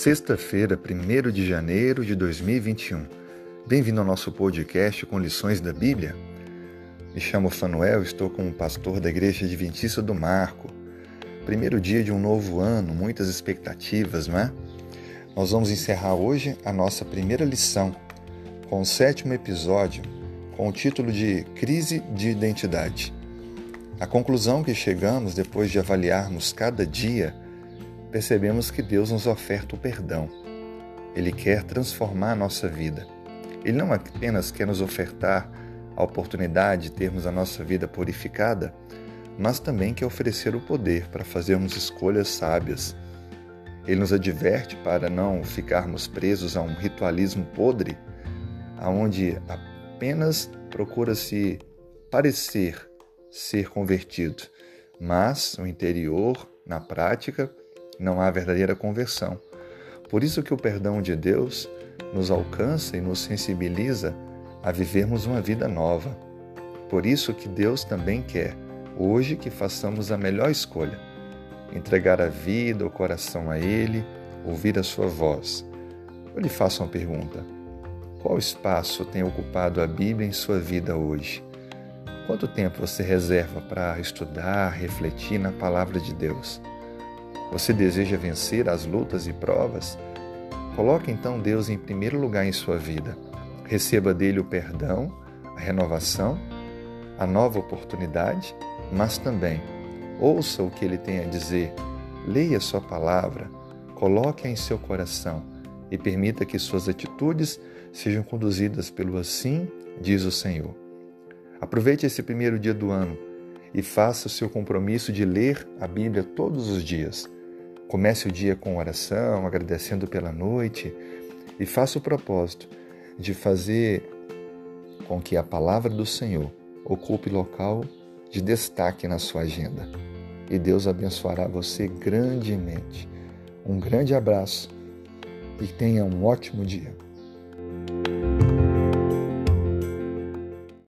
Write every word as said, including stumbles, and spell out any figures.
Sexta-feira, primeiro de janeiro de dois mil e vinte e um. Bem-vindo ao nosso podcast com lições da Bíblia. Me chamo Fanuel, estou como pastor da Igreja Adventista do Marco. Primeiro dia de um novo ano, muitas expectativas, não é? Nós vamos encerrar hoje a nossa primeira lição com o sétimo episódio, com o título de Crise de Identidade. A conclusão que chegamos depois de avaliarmos cada dia, percebemos que Deus nos oferta o perdão. Ele quer transformar a nossa vida. Ele não apenas quer nos ofertar a oportunidade de termos a nossa vida purificada, mas também quer oferecer o poder para fazermos escolhas sábias. Ele nos adverte para não ficarmos presos a um ritualismo podre, onde apenas procura-se parecer ser convertido, mas no interior, na prática, não há verdadeira conversão. Por isso que o perdão de Deus nos alcança e nos sensibiliza a vivermos uma vida nova. Por isso que Deus também quer, hoje, que façamos a melhor escolha, entregar a vida, o coração a Ele, ouvir a sua voz. Eu lhe faço uma pergunta. Qual espaço tem ocupado a Bíblia em sua vida hoje? Quanto tempo você reserva para estudar, refletir na palavra de Deus? Você deseja vencer as lutas e provas? Coloque então Deus em primeiro lugar em sua vida. Receba dele o perdão, a renovação, a nova oportunidade, mas também ouça o que ele tem a dizer, leia sua palavra, coloque-a em seu coração e permita que suas atitudes sejam conduzidas pelo assim diz o Senhor. Aproveite esse primeiro dia do ano e faça o seu compromisso de ler a Bíblia todos os dias. Comece o dia com oração, agradecendo pela noite e faça o propósito de fazer com que a palavra do Senhor ocupe local de destaque na sua agenda. E Deus abençoará você grandemente. Um grande abraço e tenha um ótimo dia.